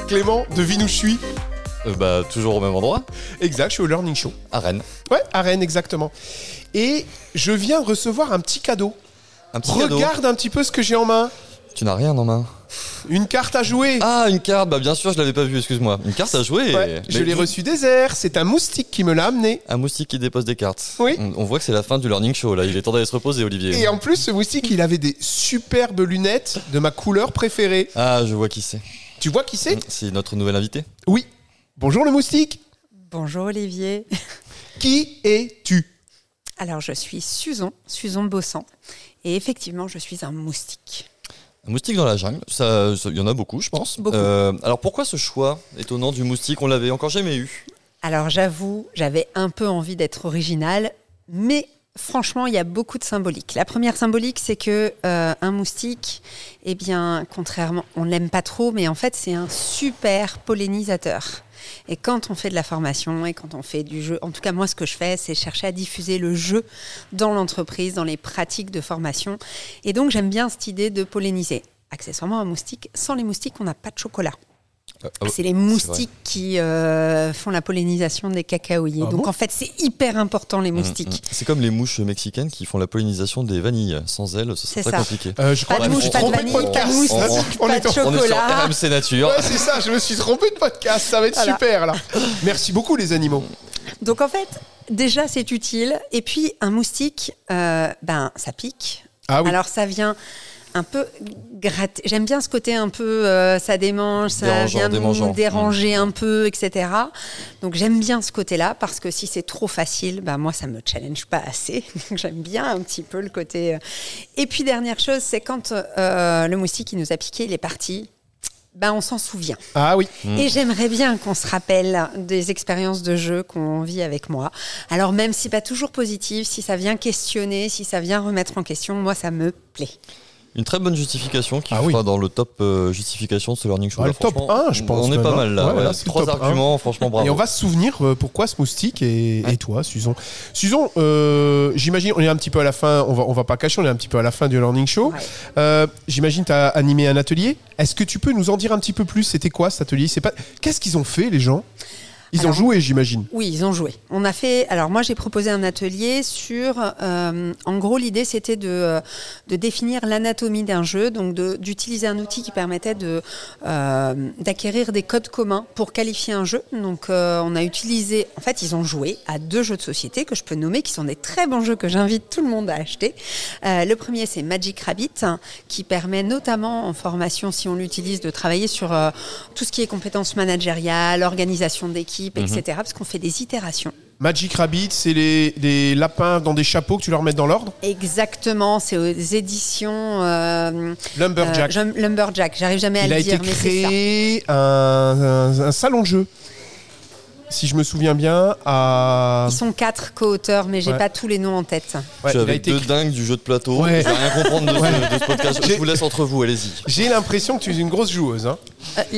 Clément, devine où je suis. Toujours au même endroit. Exact, je suis au Learning Show. À Rennes. Ouais, à Rennes, exactement. Et je viens recevoir un petit cadeau. Un petit cadeau. Regarde un petit peu ce que j'ai en main. Tu n'as rien en main. Une carte à jouer. Ah, une carte, bien sûr, je l'avais pas vue, excuse-moi. Une carte à jouer. Ouais, je l'ai reçue des airs, c'est un moustique qui me l'a amené. Un moustique qui dépose des cartes. Oui. On voit que c'est la fin du Learning Show, là. Il est temps d'aller se reposer, Olivier. Et en plus, ce moustique, il avait des superbes lunettes de ma couleur préférée. Ah, je vois qui c'est. Tu vois qui c'est ? C'est notre nouvel invité. Oui. Bonjour le moustique. Bonjour Olivier. Qui es-tu ? Alors je suis Suzon Bossan. Et effectivement, je suis un moustique. Un moustique dans la jungle, il y en a beaucoup, je pense. Beaucoup. Alors pourquoi ce choix étonnant du moustique ? On l'avait encore jamais eu. Alors j'avoue, j'avais un peu envie d'être originale, mais franchement, il y a beaucoup de symboliques. La première symbolique, c'est que un moustique, eh bien, contrairement, on l'aime pas trop, mais en fait, c'est un super pollinisateur. Et quand on fait de la formation et quand on fait du jeu, en tout cas moi ce que je fais, c'est chercher à diffuser le jeu dans l'entreprise, dans les pratiques de formation. Et donc j'aime bien cette idée de polliniser. Accessoirement un moustique, sans les moustiques on n'a pas de chocolat. C'est les moustiques qui font la pollinisation des cacaoyers. Ah donc bon ? en fait c'est hyper important les moustiques. C'est comme les mouches mexicaines qui font la pollinisation des vanilles. Sans elles, ce serait C'est très ça. compliqué. Je crois Pas que de je me mouche, suis pas de trompé de vanille, podcast. pas de moustique, On pas est de en- On est sur chocolat. RMC Nature. Ouais, c'est ça, je me suis trompé de podcast, ça va être Voilà. super là. Merci beaucoup les animaux. Donc en fait, déjà c'est utile. Et puis un moustique, ça pique. Ah oui. Alors ça vient un peu gratter. J'aime bien ce côté un peu, ça démange, ça vient Dérangeant. nous déranger un peu, etc. Donc j'aime bien ce côté-là parce que si c'est trop facile, moi ça me challenge pas assez. Donc j'aime bien un petit peu le côté. Et puis dernière chose, c'est quand le moustique qui nous a piqué, il est parti. On s'en souvient. Ah oui. Et j'aimerais bien qu'on se rappelle des expériences de jeu qu'on vit avec moi. Alors même si pas toujours positive, si ça vient questionner, si ça vient remettre en question, moi ça me plaît. Une très bonne justification qui Ah oui. fera dans le top justification de ce Learning Show. Ah, Là, le top franchement, 1, je pense On est même, pas hein. mal là. Ouais, Ouais, là, c'est le 3 top arguments, franchement, bravo. Et on va se souvenir pourquoi ce moustique et toi, Suzon. Suzon, j'imagine, on est un petit peu à la fin, on va pas cacher, on est un petit peu à la fin du Learning Show. Ouais. J'imagine tu as animé un atelier. Est-ce que tu peux nous en dire un petit peu plus ? C'était quoi cet atelier ? Qu'est-ce qu'ils ont fait les gens ? Ils ont joué, j'imagine. Oui, ils ont joué. On a fait. Alors moi, j'ai proposé un atelier sur. En gros, l'idée c'était de définir l'anatomie d'un jeu, donc d'utiliser un outil qui permettait d'acquérir des codes communs pour qualifier un jeu. Donc, on a utilisé. En fait, ils ont joué à 2 jeux de société que je peux nommer, qui sont des très bons jeux que j'invite tout le monde à acheter. Le premier, c'est Magic Rabbit, qui permet notamment en formation, si on l'utilise, de travailler sur tout ce qui est compétences managériales, organisation d'équipe, etc. Parce qu'on fait des itérations. Magic Rabbit, c'est les lapins dans des chapeaux que tu leur mets dans l'ordre ? Exactement, c'est aux éditions Lumberjack. Lumberjack. J'arrive jamais à Il le a dire, été mais c'est ça. créé un salon de jeu, si je me souviens bien. Ils sont 4 co-auteurs, mais j'ai Ouais. pas tous les noms en tête. Je Ouais, suis il a avec été 2 créé- dingues du jeu de plateau. Ouais. Je vais rien comprendre de ce podcast. Je vous laisse entre vous, allez-y. J'ai l'impression que tu es une grosse joueuse. Hein.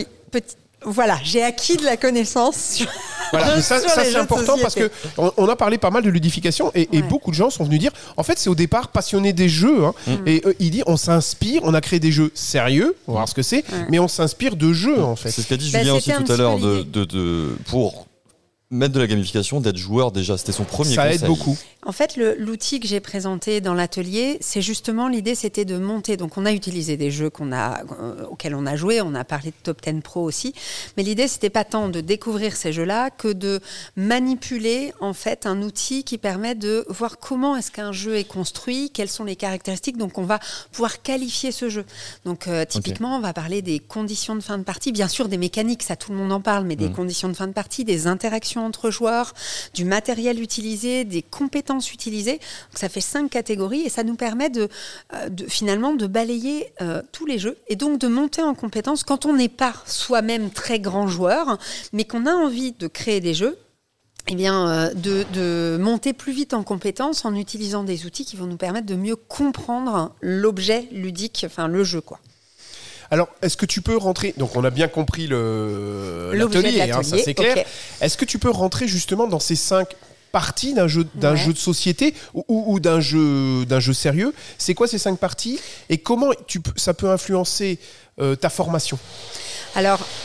Voilà, j'ai acquis de la connaissance sur, Voilà, mais ça sur les c'est jeux de important parce société. que on a parlé pas mal de ludification et Ouais. beaucoup de gens sont venus dire en fait c'est au départ passionné des jeux hein, et il dit on s'inspire, on a créé des jeux sérieux, on va voir ce que c'est, mais on s'inspire de jeux en fait. C'est ce qu'a dit Bah, Julien aussi c'était un tout à petit l'heure peu pour mettre de la gamification, d'être joueur déjà. C'était son premier Ça conseil. aide beaucoup. En fait, l'outil que j'ai présenté dans l'atelier, c'est justement l'idée, c'était de monter. Donc, on a utilisé des jeux auxquels on a joué. On a parlé de Top 10 Pro aussi. Mais l'idée, c'était pas tant de découvrir ces jeux-là que de manipuler en fait un outil qui permet de voir comment est-ce qu'un jeu est construit, quelles sont les caractéristiques. Donc, on va pouvoir qualifier ce jeu. Donc, typiquement, on va parler des conditions de fin de partie. Bien sûr, des mécaniques, ça tout le monde en parle, mais des conditions de fin de partie, des interactions entre joueurs, du matériel utilisé, des compétences utilisées. Donc ça fait 5 catégories et ça nous permet finalement de balayer tous les jeux et donc de monter en compétences quand on n'est pas soi-même très grand joueur, mais qu'on a envie de créer des jeux. Eh bien, de monter plus vite en compétences en utilisant des outils qui vont nous permettre de mieux comprendre l'objet ludique, enfin le jeu, quoi. Alors, est-ce que tu peux rentrer... Donc, on a bien compris L'objet l'atelier, de hein, ça c'est clair. ok. Est-ce que tu peux rentrer justement dans ces 5 parties d'un jeu Ouais. jeu de société ou d'un jeu sérieux? C'est quoi ces 5 parties et comment ça peut influencer ta formation? Alors,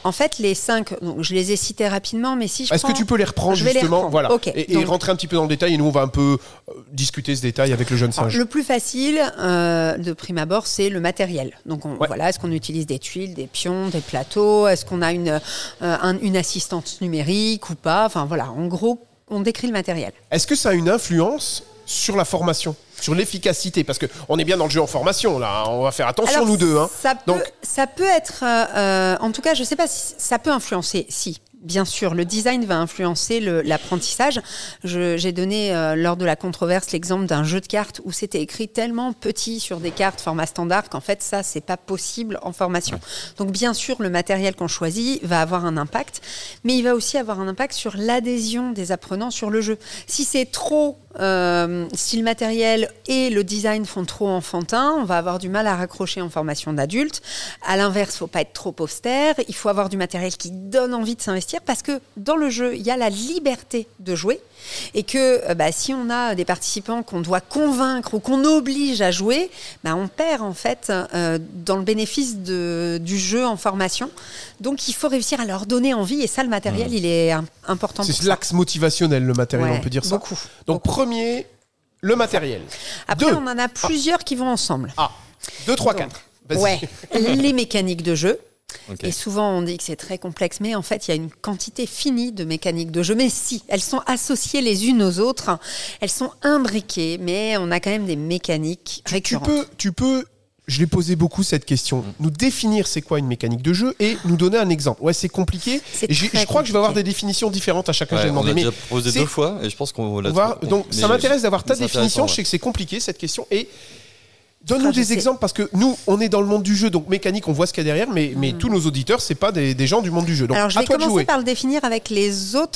En fait, les 5, donc, je les ai cités rapidement, mais si je Est-ce que tu peux les reprendre je vais les justement, reprendre. voilà, Okay. et rentrer un petit peu dans le détail, et nous on va un peu discuter ce détail avec le jeune singe. Le plus facile, de prime abord, c'est le matériel. Donc voilà, est-ce qu'on utilise des tuiles, des pions, des plateaux, est-ce qu'on a une assistante numérique ou pas, enfin voilà, en gros, on décrit le matériel. Est-ce que ça a une influence sur la formation, sur l'efficacité? Parce qu'on est bien dans le jeu en formation, là. On va faire attention, alors, nous deux. Hein. Ça peut être... en tout cas, je ne sais pas si ça peut influencer. Si, bien sûr, le design va influencer l'apprentissage. J'ai donné, lors de la controverse, l'exemple d'un jeu de cartes où c'était écrit tellement petit sur des cartes format standard qu'en fait, ça, c'est pas possible en formation. Donc, bien sûr, le matériel qu'on choisit va avoir un impact, mais il va aussi avoir un impact sur l'adhésion des apprenants sur le jeu. Si c'est trop... si le matériel et le design font trop enfantin, on va avoir du mal à raccrocher en formation d'adulte. À l'inverse, il ne faut pas être trop austère. Il faut avoir du matériel qui donne envie de s'investir parce que dans le jeu, il y a la liberté de jouer et que si on a des participants qu'on doit convaincre ou qu'on oblige à jouer, on perd en fait dans le bénéfice du jeu en formation. Donc, il faut réussir à leur donner envie et ça, le matériel, il est important pour ça. C'est l'axe motivationnel, le matériel, on peut dire ça. Beaucoup. Donc, premier, le matériel. Après, on en a plusieurs qui vont ensemble. 2, 3, 4. Vas-y. Ouais, les mécaniques de jeu. Okay. Et souvent, on dit que c'est très complexe, mais en fait, il y a une quantité finie de mécaniques de jeu. Mais si, elles sont associées les unes aux autres, elles sont imbriquées, mais on a quand même des mécaniques récurrentes. Tu peux, je l'ai posé beaucoup cette question, nous définir c'est quoi une mécanique de jeu et nous donner un exemple. Ouais, c'est compliqué. Je crois que je vais avoir des définitions différentes à chacun. Ouais, j'ai demandé. on a déjà posé 2 fois et je pense qu'on l'a donc, ça m'intéresse d'avoir ta définition. Je sais que c'est compliqué cette question et donne-nous des exemples parce que nous, on est dans le monde du jeu, donc mécanique, on voit ce qu'il y a derrière, mais tous nos auditeurs, c'est pas des gens du monde du jeu. Donc, alors, je vais commencer par le définir avec les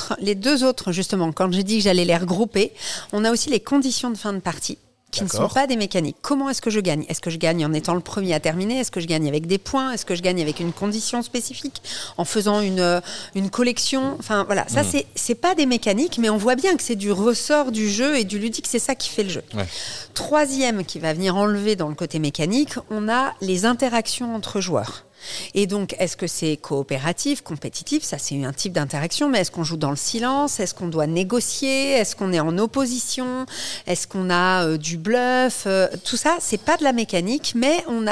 2 autres, justement. Quand j'ai dit que j'allais les regrouper, on a aussi les conditions de fin de partie qui ne sont pas des mécaniques. Comment est-ce que je gagne ? Est-ce que je gagne en étant le premier à terminer ? Est-ce que je gagne avec des points ? Est-ce que je gagne avec une condition spécifique ? En faisant une collection ? Enfin, voilà. Ça, c'est pas des mécaniques, mais on voit bien que c'est du ressort du jeu et du ludique. C'est ça qui fait le jeu. Ouais. Troisième, qui va venir enlever dans le côté mécanique, on a les interactions entre joueurs. Et donc, est-ce que c'est coopératif, compétitif ? Ça, c'est un type d'interaction. Mais est-ce qu'on joue dans le silence ? Est-ce qu'on doit négocier ? Est-ce qu'on est en opposition ? Est-ce qu'on a du bluff ? Tout ça, c'est pas de la mécanique, mais on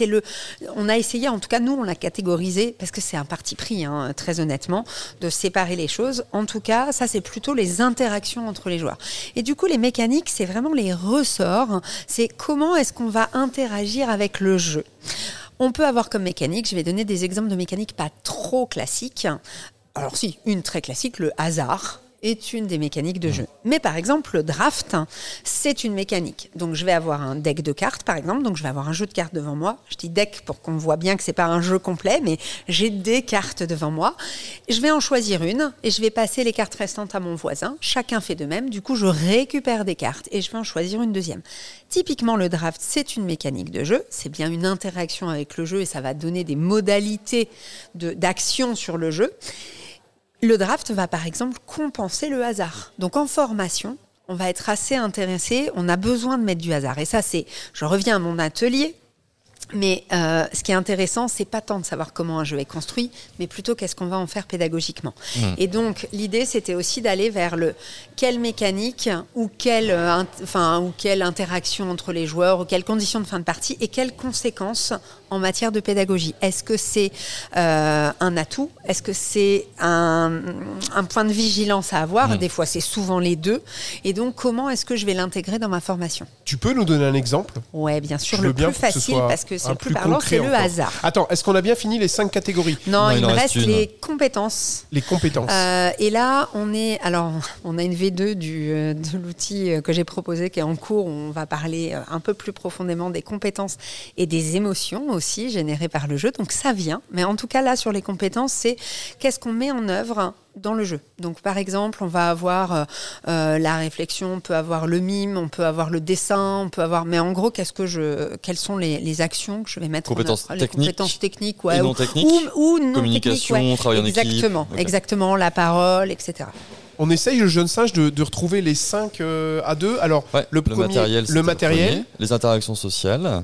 a essayé, en tout cas, nous, on l'a catégorisé, parce que c'est un parti pris, très honnêtement, de séparer les choses. En tout cas, ça, c'est plutôt les interactions entre les joueurs. Et du coup, les mécaniques, c'est vraiment les ressorts. C'est comment est-ce qu'on va interagir avec le jeu. On peut avoir comme mécanique, je vais donner des exemples de mécaniques pas trop classiques. Alors si, une très classique, le hasard est une des mécaniques de jeu. Mais par exemple, le draft, c'est une mécanique. Donc je vais avoir un deck de cartes, par exemple. Donc je vais avoir un jeu de cartes devant moi. Je dis deck pour qu'on voit bien que c'est pas un jeu complet, mais j'ai des cartes devant moi. Je vais en choisir une et je vais passer les cartes restantes à mon voisin. Chacun fait de même. Du coup, je récupère des cartes et je vais en choisir une deuxième. Typiquement, le draft, c'est une mécanique de jeu. C'est bien une interaction avec le jeu et ça va donner des modalités d'action sur le jeu. Le draft va par exemple compenser le hasard. Donc en formation, on va être assez intéressé, on a besoin de mettre du hasard. Et ça, je reviens à mon atelier, mais ce qui est intéressant, c'est pas tant de savoir comment un jeu est construit, mais plutôt qu'est-ce qu'on va en faire pédagogiquement. Et donc l'idée, c'était aussi d'aller vers quelle mécanique ou quelle interaction entre les joueurs, ou quelles conditions de fin de partie et quelles conséquences en matière de pédagogie. Est-ce que c'est un atout ? Est-ce que c'est un point de vigilance à avoir ? Des fois, c'est souvent les deux. Et donc, comment est-ce que je vais l'intégrer dans ma formation ? Tu peux nous donner un exemple ? Ouais, bien sûr. Le plus facile, parce que c'est le plus parlant, c'est le hasard. Attends, est-ce qu'on a bien fini les 5 catégories ? Non, il me reste les compétences. Les compétences. Et là, on a une V2 de l'outil que j'ai proposé qui est en cours. On va parler un peu plus profondément des compétences et des émotions aussi générées par le jeu. Donc ça vient. Mais en tout cas, là, sur les compétences, c'est qu'est-ce qu'on met en œuvre dans le jeu. Donc, par exemple, on va avoir la réflexion, on peut avoir le mime, on peut avoir le dessin, on peut avoir... Mais en gros, quelles sont les actions que je vais mettre en œuvre ? Les compétences techniques, non techniques, ou non communication, techniques, travail en équipe. Exactement, la parole, etc. On essaye, le jeune singe, de retrouver les 5 à 2. Alors, le matériel, les interactions sociales,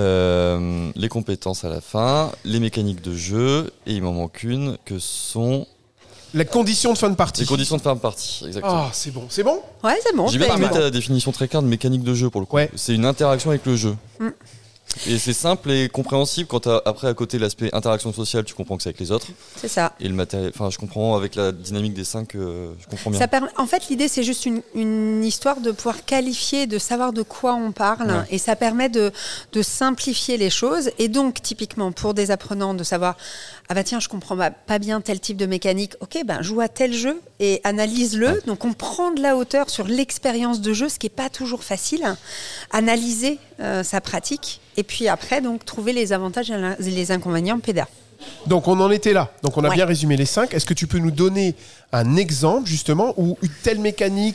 les compétences à la fin, les mécaniques de jeu, et il m'en manque une, que sont... Les conditions de fin de partie. Les conditions de fin de partie, exactement. Ah, c'est bon. C'est bon ? Ouais, c'est bon. J'ai bien aimé ta définition très claire de mécanique de jeu, pour le coup. Ouais. C'est une interaction avec le jeu. Et c'est simple et compréhensible quand après à côté l'aspect interaction sociale, tu comprends que c'est avec les autres. C'est ça. Et le matériel, enfin je comprends avec la dynamique des 5, je comprends bien. En fait, l'idée c'est juste une histoire de pouvoir qualifier, de savoir de quoi on parle, et ça permet de simplifier les choses. Et donc typiquement pour des apprenants de savoir ah bah tiens je comprends pas bien tel type de mécanique, ok ben joue à tel jeu et analyse-le. Donc on prend de la hauteur sur l'expérience de jeu, ce qui est pas toujours facile. Analyser sa pratique. Et puis après, donc, trouver les avantages et les inconvénients pédas. Donc, on en était là. Donc, on a bien résumé les 5. Est-ce que tu peux nous donner un exemple, justement, où une telle mécanique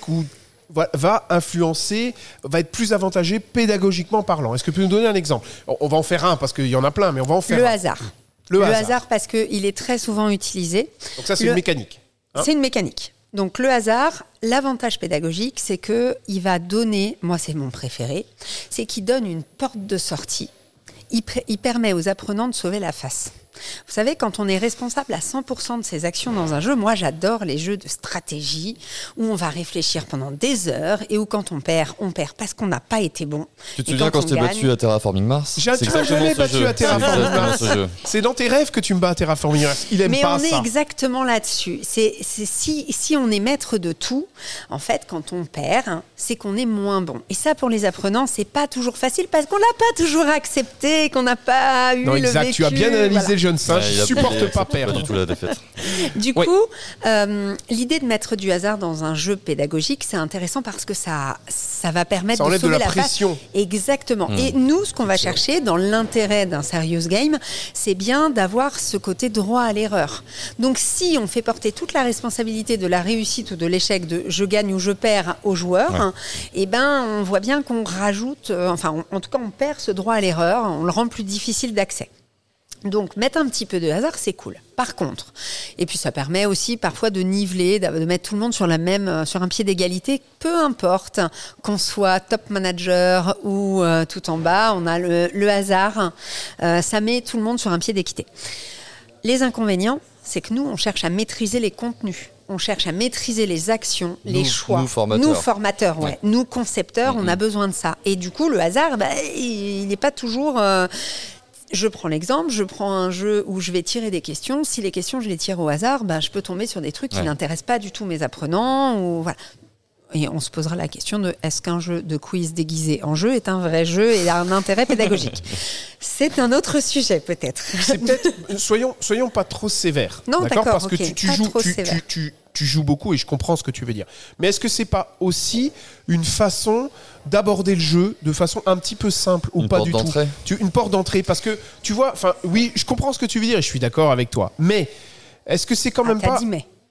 va influencer, va être plus avantagée pédagogiquement parlant ? Est-ce que tu peux nous donner un exemple ? On va en faire un, parce qu'il y en a plein, mais on va en faire Le un. hasard. Le hasard, parce qu'il est très souvent utilisé. Donc ça, c'est une mécanique. C'est une mécanique. Donc le hasard, l'avantage pédagogique, c'est qu'il va donner, moi c'est mon préféré, c'est qu'il donne une porte de sortie. Il permet aux apprenants de sauver la face. Vous savez, quand on est responsable à 100% de ses actions dans un jeu, moi j'adore les jeux de stratégie où on va réfléchir pendant des heures et où quand on perd parce qu'on n'a pas été bon. Tu te souviens quand je t'ai battu à Terraforming Mars ? Je l'ai battu à Terraforming Mars. C'est dans tes rêves que tu me bats à Terraforming Mars. Il aime mais pas ça. Mais on est exactement là-dessus. C'est si on est maître de tout, en fait, quand on perd, c'est qu'on est moins bon. Et ça, pour les apprenants, c'est pas toujours facile parce qu'on l'a pas toujours accepté, qu'on n'a pas eu le vécu. Tu as bien analysé le jeune singe, je supporte pas perdre. Pas du tout la défaite. Du coup, l'idée de mettre du hasard dans un jeu pédagogique, c'est intéressant parce que ça va permettre de sauver la pression. Exactement. Et nous, ce qu'on va chercher dans l'intérêt d'un serious game, c'est bien d'avoir ce côté droit à l'erreur. Donc, si on fait porter toute la responsabilité de la réussite ou de l'échec de je gagne ou je perds aux joueurs, et ben, on voit bien qu'on rajoute, en tout cas, on perd ce droit à l'erreur, on le rend plus difficile d'accès. Donc, mettre un petit peu de hasard, c'est cool. Par contre, et puis ça permet aussi parfois de niveler, de mettre tout le monde sur un pied d'égalité, peu importe qu'on soit top manager ou tout en bas, on a le hasard, ça met tout le monde sur un pied d'équité. Les inconvénients, c'est que nous, on cherche à maîtriser les contenus. On cherche à maîtriser les actions, les choix. Nous, formateurs, Nous, concepteurs, on a besoin de ça. Et du coup, le hasard, il n'est pas toujours... Je prends l'exemple, je prends un jeu où je vais tirer des questions. Si les questions, je les tire au hasard, je peux tomber sur des trucs qui n'intéressent pas du tout mes apprenants. Ou, voilà. Et on se posera la question de est-ce qu'un jeu de quiz déguisé en jeu est un vrai jeu et a un intérêt pédagogique ? C'est un autre sujet, peut-être. C'est peut-être... Soyons pas trop sévères. Non, d'accord, parce que tu joues beaucoup et je comprends ce que tu veux dire. Mais est-ce que c'est pas aussi une façon d'aborder le jeu de façon un petit peu simple ou pas du tout ? Une porte d'entrée, parce que tu vois, oui, je comprends ce que tu veux dire et je suis d'accord avec toi. Mais est-ce que c'est quand même pas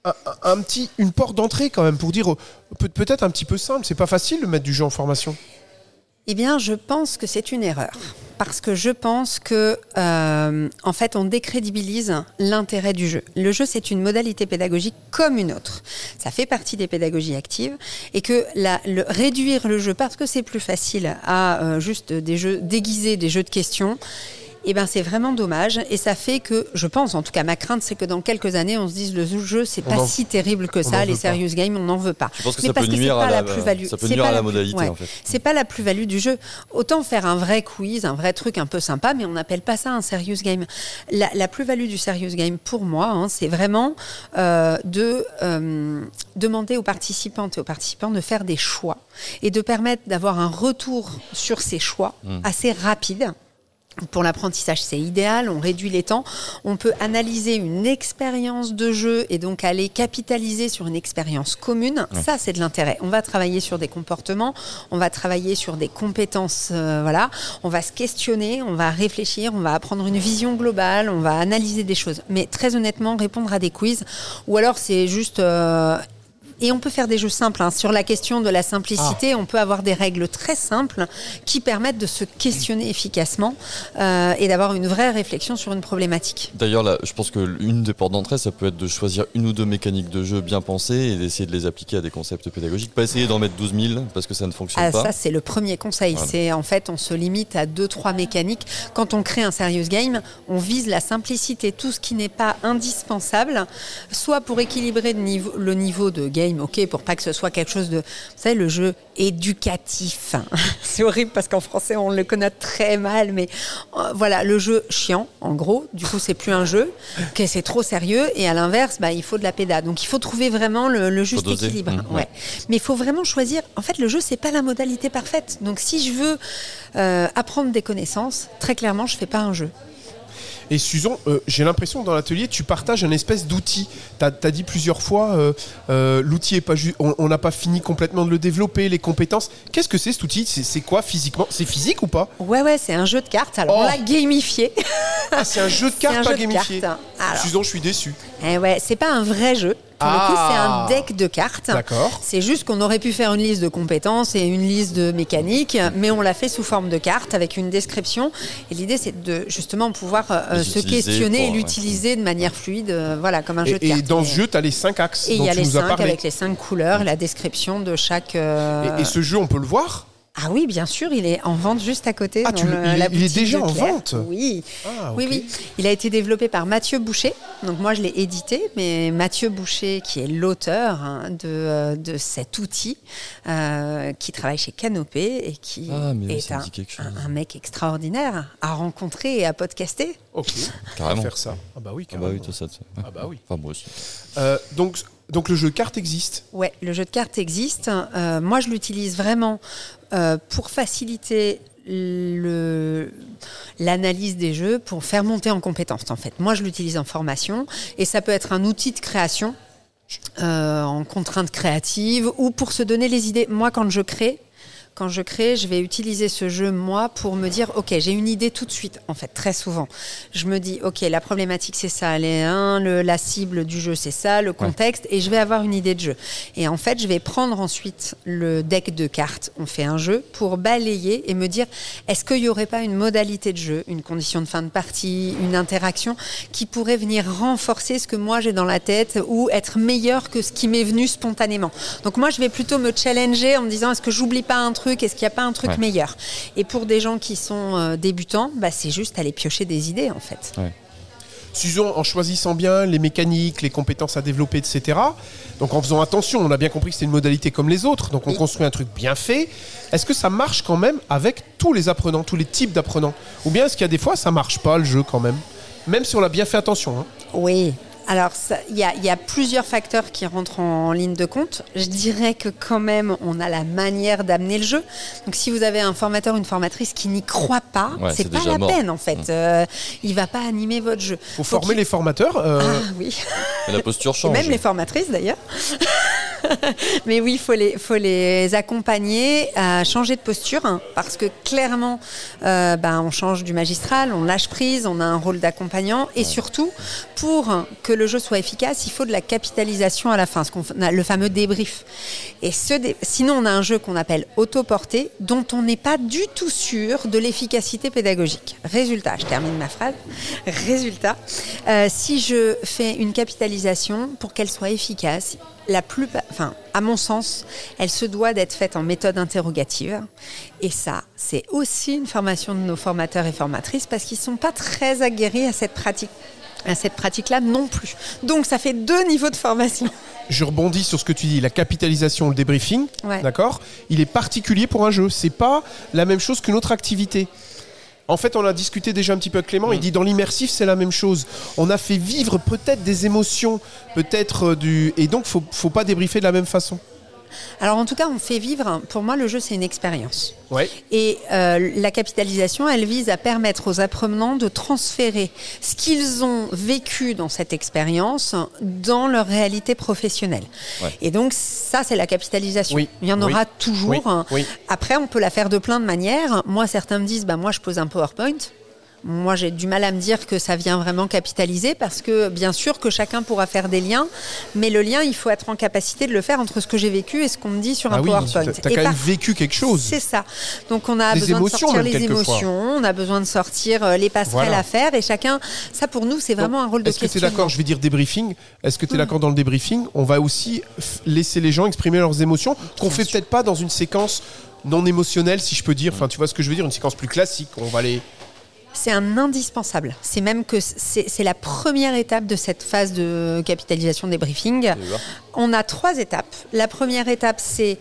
une porte d'entrée quand même pour dire peut-être un petit peu simple ? C'est pas facile de mettre du jeu en formation. Eh bien, je pense que c'est une erreur. Parce que je pense que, en fait, on décrédibilise l'intérêt du jeu. Le jeu, c'est une modalité pédagogique comme une autre. Ça fait partie des pédagogies actives. Et que réduire le jeu, parce que c'est plus facile, à juste des jeux déguisés, des jeux de questions, eh ben c'est vraiment dommage. Et ça fait que, je pense, en tout cas, ma crainte, c'est que dans quelques années, on se dise le jeu, c'est pas si terrible que ça, les serious games, on n'en veut pas. Je pense que ça peut nuire à la modalité, en fait. C'est pas la plus-value du jeu. Autant faire un vrai quiz, un vrai truc un peu sympa, mais on n'appelle pas ça un serious game. La plus-value du serious game, pour moi, c'est vraiment de demander aux participantes et aux participants de faire des choix et de permettre d'avoir un retour sur ces choix assez rapide. Pour l'apprentissage, c'est idéal, on réduit les temps, on peut analyser une expérience de jeu et donc aller capitaliser sur une expérience commune. Ça, c'est de l'intérêt. On va travailler sur des comportements, on va travailler sur des compétences, on va se questionner, on va réfléchir, on va apprendre une vision globale, on va analyser des choses. Mais très honnêtement, répondre à des quiz, ou alors c'est juste... Et on peut faire des jeux simples. Sur la question de la simplicité, on peut avoir des règles très simples qui permettent de se questionner efficacement et d'avoir une vraie réflexion sur une problématique. D'ailleurs, là, je pense qu'une des portes d'entrée, ça peut être de choisir une ou deux mécaniques de jeu bien pensées et d'essayer de les appliquer à des concepts pédagogiques. Pas essayer d'en mettre 12 000 parce que ça ne fonctionne pas. Ça, c'est le premier conseil. Voilà. C'est en fait, on se limite à 2-3 mécaniques. Quand on crée un serious game, on vise la simplicité, tout ce qui n'est pas indispensable, soit pour équilibrer le niveau de game, pour pas que ce soit quelque chose de, vous savez, le jeu éducatif. C'est horrible parce qu'en français, on le connaît très mal, mais voilà, le jeu chiant, en gros. Du coup, c'est plus un jeu, que c'est trop sérieux, et à l'inverse, il faut de la pédale. Donc, il faut trouver vraiment le juste équilibre. Ouais. Mais il faut vraiment choisir. En fait, le jeu, c'est pas la modalité parfaite. Donc, si je veux apprendre des connaissances, très clairement, je fais pas un jeu. Et Susan, j'ai l'impression que dans l'atelier, tu partages une espèce d'outil. Tu as dit plusieurs fois, l'outil est pas juste. On n'a pas fini complètement de le développer, les compétences. Qu'est-ce que c'est cet outil ? C'est quoi physiquement ? C'est physique ou pas ? Ouais, c'est un jeu de cartes. Alors, on l'a gamifié. Ah, c'est un jeu de cartes pas gamifié. Susan, je suis déçu. C'est pas un vrai jeu. Pour le coup, c'est un deck de cartes. D'accord. C'est juste qu'on aurait pu faire une liste de compétences et une liste de mécaniques, mais on l'a fait sous forme de cartes avec une description. Et l'idée, c'est de justement pouvoir se questionner et l'utiliser de manière fluide, comme un jeu de cartes. Et dans ce jeu, tu as les 5 axes. Et il y a les 5 avec les 5 couleurs, la description de chaque. Et ce jeu, on peut le voir ? Ah oui, bien sûr, il est en vente juste à côté. Il est déjà en vente ? Oui. Ah, okay. Oui. Il a été développé par Mathieu Boucher. Donc moi, je l'ai édité, mais Mathieu Boucher, qui est l'auteur de cet outil, qui travaille chez Canopé et qui est un mec extraordinaire à rencontrer et à podcaster. Ok, carrément. On va faire ça. Ah bah oui, carrément. Toi, ça. Ah bah oui. Enfin, moi aussi. Donc le jeu de cartes existe ? Ouais, le jeu de cartes existe. Moi, je l'utilise vraiment pour faciliter l'analyse des jeux, pour faire monter en compétences en fait. Moi, je l'utilise en formation et ça peut être un outil de création en contrainte créative ou pour se donner les idées. Moi, quand je crée, je vais utiliser ce jeu, moi, pour me dire, OK, j'ai une idée tout de suite, en fait, très souvent. Je me dis, OK, la problématique, c'est ça, la cible du jeu, c'est ça, le contexte, et je vais avoir une idée de jeu. Et en fait, je vais prendre ensuite le deck de cartes, on fait un jeu, pour balayer et me dire, est-ce qu'il n'y aurait pas une modalité de jeu, une condition de fin de partie, une interaction, qui pourrait venir renforcer ce que moi, j'ai dans la tête, ou être meilleur que ce qui m'est venu spontanément. Donc moi, je vais plutôt me challenger en me disant, est-ce que j'oublie pas un truc ? Est-ce qu'il n'y a pas un truc meilleur ? Et pour des gens qui sont débutants, c'est juste aller piocher des idées en fait. Ouais. Susan, en choisissant bien les mécaniques, les compétences à développer, etc. Donc en faisant attention, on a bien compris que c'est une modalité comme les autres, donc on construit un truc bien fait. Est-ce que ça marche quand même avec tous les apprenants, tous les types d'apprenants ? Ou bien est-ce qu'il y a des fois ça marche pas le jeu quand même ? Même si on a bien fait attention. Hein. Oui. Alors, il y a plusieurs facteurs qui rentrent en ligne de compte. Je dirais que quand même, on a la manière d'amener le jeu. Donc, si vous avez un formateur ou une formatrice qui n'y croit pas, c'est pas la peine, en fait. Il va pas animer votre jeu. Il faut former les formateurs. Ah oui. Et la posture change. Et même les formatrices, d'ailleurs. Mais oui, il faut les accompagner à changer de posture, parce que clairement, on change du magistral, on lâche prise, on a un rôle d'accompagnant, et surtout, pour que le jeu soit efficace, il faut de la capitalisation à la fin, le fameux débrief. Et sinon, on a un jeu qu'on appelle autoporté, dont on n'est pas du tout sûr de l'efficacité pédagogique. Résultat, je termine ma phrase. Résultat, si je fais une capitalisation, pour qu'elle soit efficace, à mon sens, elle se doit d'être faite en méthode interrogative. Et ça, c'est aussi une formation de nos formateurs et formatrices parce qu'ils ne sont pas très aguerris à cette pratique-là non plus. Donc, ça fait 2 niveaux de formation. Je rebondis sur ce que tu dis, la capitalisation, le débriefing, d'accord ? Il est particulier pour un jeu. C'est pas la même chose qu'une autre activité. En fait, on a discuté déjà un petit peu avec Clément, il dit dans l'immersif, c'est la même chose. On a fait vivre peut-être des émotions, et donc faut pas débriefer de la même façon. Alors en tout cas, on fait vivre, pour moi le jeu c'est une expérience. Ouais. Et la capitalisation, elle vise à permettre aux apprenants de transférer ce qu'ils ont vécu dans cette expérience dans leur réalité professionnelle. Ouais. Et donc ça c'est la capitalisation. Oui. Il y en aura toujours. Oui. Après on peut la faire de plein de manières. Moi certains me disent, moi je pose un PowerPoint. Moi, j'ai du mal à me dire que ça vient vraiment capitaliser parce que bien sûr que chacun pourra faire des liens, mais le lien, il faut être en capacité de le faire entre ce que j'ai vécu et ce qu'on me dit sur un PowerPoint. T'as quand même vécu quelque chose. C'est ça. Donc on a besoin de sortir les émotions, on a besoin de sortir les passerelles à faire et chacun, ça pour nous, c'est vraiment un rôle de questionnement. Est-ce que tu es d'accord, je vais dire débriefing, est-ce que tu es d'accord dans le débriefing, on va aussi laisser les gens exprimer leurs émotions, qu'on fait peut-être pas dans une séquence non émotionnelle, si je peux dire, enfin tu vois ce que je veux dire, une séquence plus classique, on va les... C'est un indispensable. C'est même que c'est la première étape de cette phase de capitalisation des briefings. On a 3 étapes. La première étape, c'est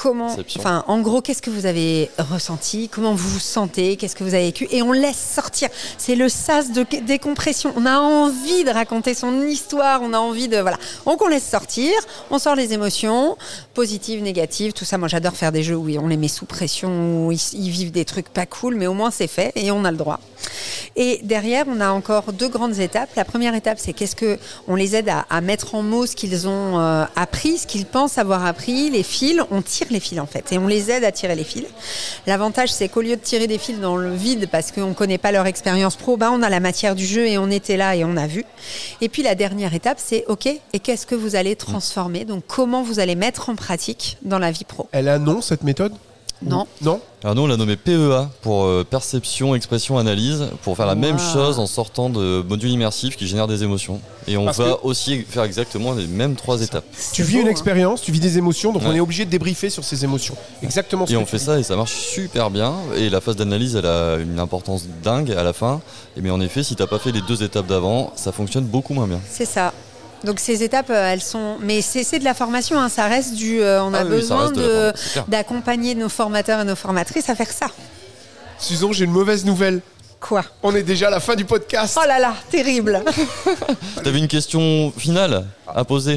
en gros, qu'est-ce que vous avez ressenti, comment vous vous sentez, qu'est-ce que vous avez vécu, et on laisse sortir. C'est le sas de décompression. On a envie de raconter son histoire, on a envie de Donc on laisse sortir, on sort les émotions, positives, négatives, tout ça. Moi, j'adore faire des jeux où on les met sous pression, où ils vivent des trucs pas cool, mais au moins c'est fait et on a le droit. Et derrière, on a encore 2 grandes étapes. La première étape, c'est qu'est-ce que on les aide à mettre en mots ce qu'ils ont appris, ce qu'ils pensent avoir appris, les fils. On tire les fils en fait et on les aide à tirer les fils. L'avantage, c'est qu'au lieu de tirer des fils dans le vide parce qu'on ne connaît pas leur expérience pro, on a la matière du jeu et on était là et on a vu. Et puis la dernière étape, c'est OK, et qu'est-ce que vous allez transformer? Donc comment vous allez mettre en pratique dans la vie pro? Elle a un nom, cette méthode? Non. Alors nous, on l'a nommé PEA pour perception, expression, analyse, pour faire la même chose en sortant de modules immersifs qui génèrent des émotions. Et on va aussi faire exactement les mêmes 3 étapes. Tu vis une expérience, tu vis des émotions, donc on est obligé de débriefer sur ces émotions. Exactement. Et on fait ça et ça marche super bien. Et la phase d'analyse, elle a une importance dingue à la fin. Mais en effet, si t'as pas fait les 2 étapes d'avant, ça fonctionne beaucoup moins bien. C'est ça. Donc ces étapes, elles sont... Mais c'est de la formation, ça reste du... on a besoin d'accompagner nos formateurs et nos formatrices à faire ça. Susan, j'ai une mauvaise nouvelle. Quoi? On est déjà à la fin du podcast. Oh là là, terrible. T'avais une question finale à poser?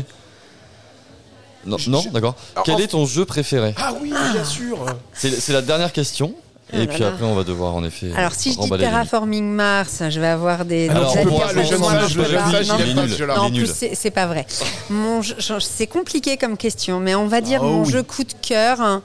Non, d'accord. Quel est ton jeu préféré? Ah oui, bien sûr. C'est la dernière question. Et puis après, on va devoir en effet. Alors, si je dis Terraforming Mars, je vais avoir des. Alors, tu peux pas, le jeune sage, il est nul. Non, en plus, c'est pas vrai. C'est compliqué comme question, mais on va dire mon jeu coup de cœur,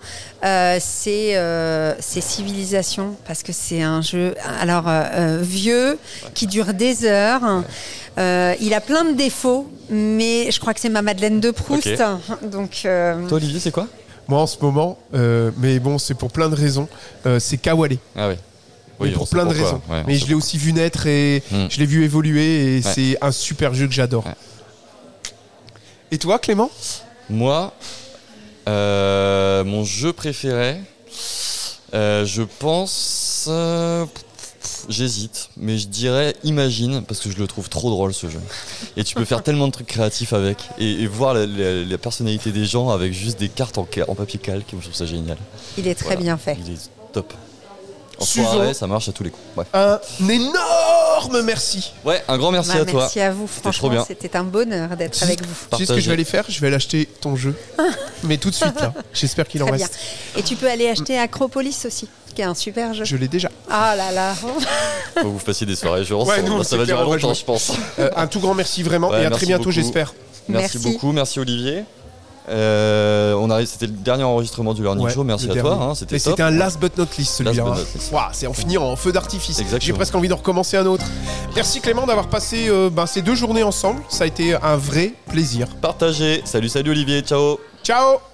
c'est Civilisation, parce que c'est un jeu vieux, qui dure des heures. Il a plein de défauts, mais je crois que c'est ma Madeleine de Proust. Okay. Donc, Toi, Olivier, c'est quoi? Moi en ce moment, mais bon, c'est pour plein de raisons, c'est Kawale. Ah oui. Oui, pour plein de raisons. Ouais, mais je l'ai aussi vu naître et je l'ai vu évoluer et c'est un super jeu que j'adore. Ouais. Et toi, Clément? Moi, mon jeu préféré, je pense... J'hésite, mais je dirais Imagine, parce que je le trouve trop drôle ce jeu. Et tu peux faire tellement de trucs créatifs avec, et voir la personnalité des gens avec juste des cartes en papier calque, je trouve ça génial. Il est très bien fait. Il est top. En soirée, ça marche à tous les coups. Ouais. Un énorme merci. Ouais, un grand merci à toi. Merci à vous, franchement, c'était un bonheur d'être avec vous. Tu sais ce que je vais aller faire? Je vais aller acheter ton jeu, mais tout de suite là. J'espère qu'il en reste. Et tu peux aller acheter Acropolis aussi, qui est un super jeu. Je l'ai déjà. Ah là là. Faut que vous fassiez des soirées jeux ensemble. Ça va durer longtemps, je pense. Un tout grand merci vraiment et à très bientôt, j'espère. Merci beaucoup, merci Olivier. C'était le dernier enregistrement du Learning Show. Merci à toi. C'était top. C'était un last but not least celui-là. On finit en feu d'artifice. J'ai presque envie de recommencer un autre. Merci Clément d'avoir passé ces 2 journées ensemble. Ça a été un vrai plaisir. Partagez. Salut Olivier. Ciao. Ciao.